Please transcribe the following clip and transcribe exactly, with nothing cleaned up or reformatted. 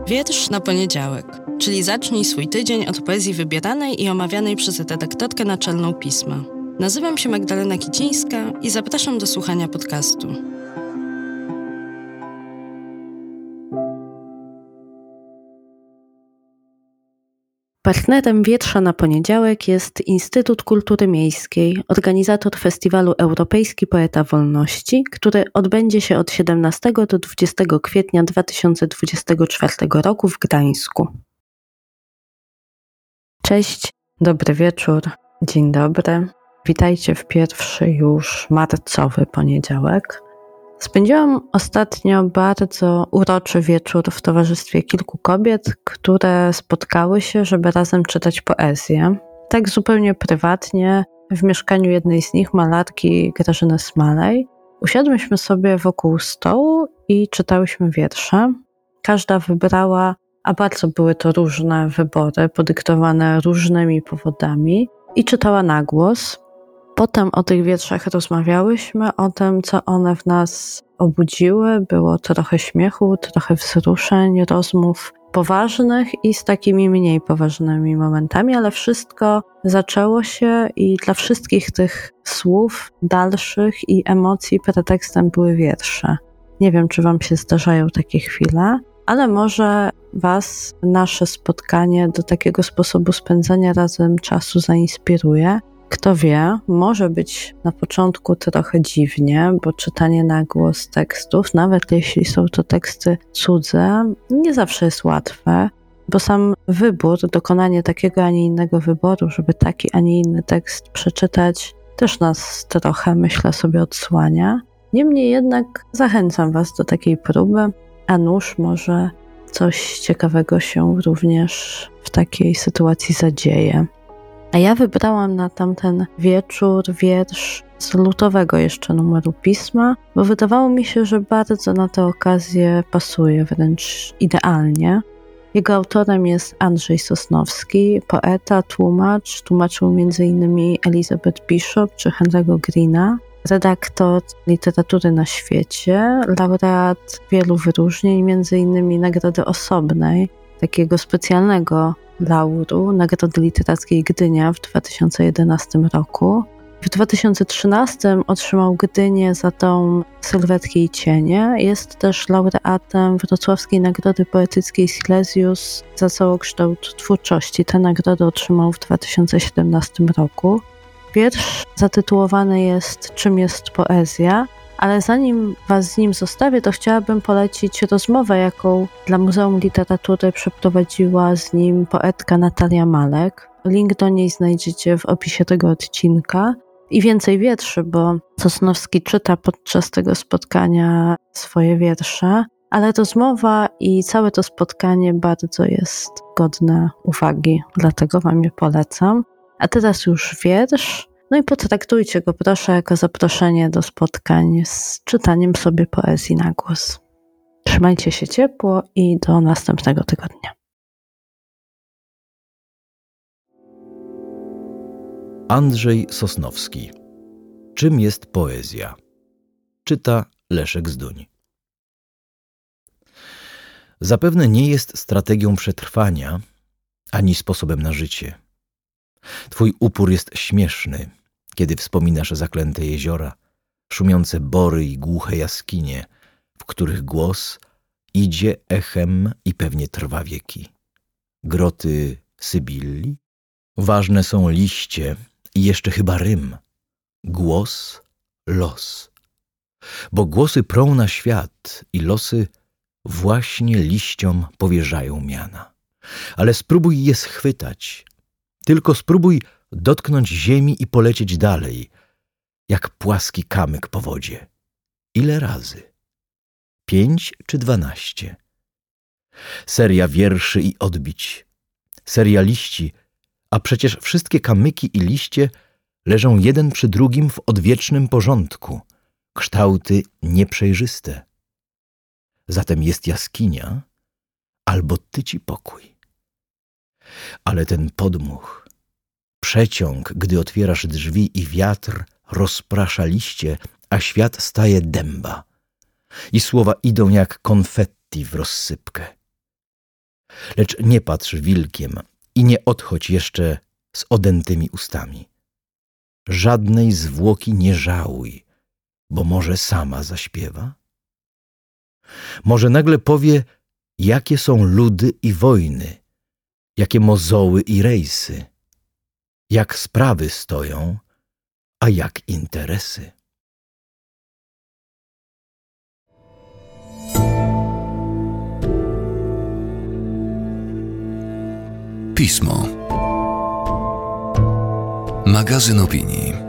Wiersz na poniedziałek, czyli zacznij swój tydzień od poezji wybieranej i omawianej przez redaktorkę naczelną pisma. Nazywam się Magdalena Kicińska i zapraszam do słuchania podcastu. Partnerem Wiersza na poniedziałek jest Instytut Kultury Miejskiej, organizator festiwalu Europejski Poeta Wolności, który odbędzie się od siedemnastego do dwudziestego kwietnia dwa tysiące dwudziestego czwartego roku w Gdańsku. Cześć, dobry wieczór, dzień dobry. Witajcie w pierwszy już marcowy poniedziałek. Spędziłam ostatnio bardzo uroczy wieczór w towarzystwie kilku kobiet, które spotkały się, żeby razem czytać poezję. Tak zupełnie prywatnie, w mieszkaniu jednej z nich, malarki Grażyny Smalej. Usiadłyśmy sobie wokół stołu i czytałyśmy wiersze. Każda wybrała, a bardzo były to różne wybory, podyktowane różnymi powodami, i czytała na głos. Potem o tych wierszach rozmawiałyśmy, o tym, co one w nas obudziły. Było trochę śmiechu, trochę wzruszeń, rozmów poważnych i z takimi mniej poważnymi momentami, ale wszystko zaczęło się i dla wszystkich tych słów dalszych i emocji pretekstem były wiersze. Nie wiem, czy wam się zdarzają takie chwile, ale może was nasze spotkanie do takiego sposobu spędzania razem czasu zainspiruje. Kto wie, może być na początku trochę dziwnie, bo czytanie na głos tekstów, nawet jeśli są to teksty cudze, nie zawsze jest łatwe, bo sam wybór, dokonanie takiego, a nie innego wyboru, żeby taki, a nie inny tekst przeczytać, też nas trochę, myślę sobie, odsłania. Niemniej jednak zachęcam was do takiej próby, a nuż może coś ciekawego się również w takiej sytuacji zadzieje. A ja wybrałam na tamten wieczór wiersz z lutowego jeszcze numeru pisma, bo wydawało mi się, że bardzo na tę okazję pasuje, wręcz idealnie. Jego autorem jest Andrzej Sosnowski, poeta, tłumacz, tłumaczył między innymi Elizabeth Bishop czy Henry'ego Greena, redaktor literatury na świecie, laureat wielu wyróżnień, między innymi Nagrody Osobnej, takiego specjalnego lauru, Nagrody Literackiej Gdynia w dwa tysiące jedenastym roku. W dwa tysiące trzynastym otrzymał Gdynię za tom Sylwetki i cienie. Jest też laureatem Wrocławskiej Nagrody Poetyckiej Silesius za całokształt twórczości. Tę nagrodę otrzymał w dwa tysiące siedemnastym roku. Wiersz zatytułowany jest Czym jest poezja? Ale zanim was z nim zostawię, to chciałabym polecić rozmowę, jaką dla Muzeum Literatury przeprowadziła z nim poetka Natalia Malek. Link do niej znajdziecie w opisie tego odcinka. I więcej wierszy, bo Sosnowski czyta podczas tego spotkania swoje wiersze, ale rozmowa i całe to spotkanie bardzo jest godne uwagi, dlatego wam je polecam. A teraz już wiersz. No i potraktujcie go proszę jako zaproszenie do spotkań z czytaniem sobie poezji na głos. Trzymajcie się ciepło i do następnego tygodnia. Andrzej Sosnowski. Czym jest poezja? Czyta Leszek Zduń. Zapewne nie jest strategią przetrwania, ani sposobem na życie. Twój upór jest śmieszny, kiedy wspominasz zaklęte jeziora, szumiące bory i głuche jaskinie, w których głos idzie echem i pewnie trwa wieki. Groty Sybilli? Ważne są liście i jeszcze chyba rym. Głos, los. Bo głosy prą na świat i losy właśnie liściom powierzają miana. Ale spróbuj je schwytać. Tylko spróbuj dotknąć ziemi i polecieć dalej, jak płaski kamyk po wodzie. Ile razy? Pięć czy dwanaście? Seria wierszy i odbić. Seria liści, a przecież wszystkie kamyki i liście leżą jeden przy drugim w odwiecznym porządku, kształty nieprzejrzyste. Zatem jest jaskinia, albo tyci pokój. Ale ten podmuch, przeciąg, gdy otwierasz drzwi i wiatr rozprasza liście, a świat staje dęba i słowa idą jak konfetti w rozsypkę. Lecz nie patrz wilkiem i nie odchodź jeszcze z odętymi ustami. Żadnej zwłoki nie żałuj, bo może sama zaśpiewa? Może nagle powie, jakie są ludy i wojny, jakie mozoły i rejsy, jak sprawy stoją, a jak interesy. Pismo. Magazyn opinii.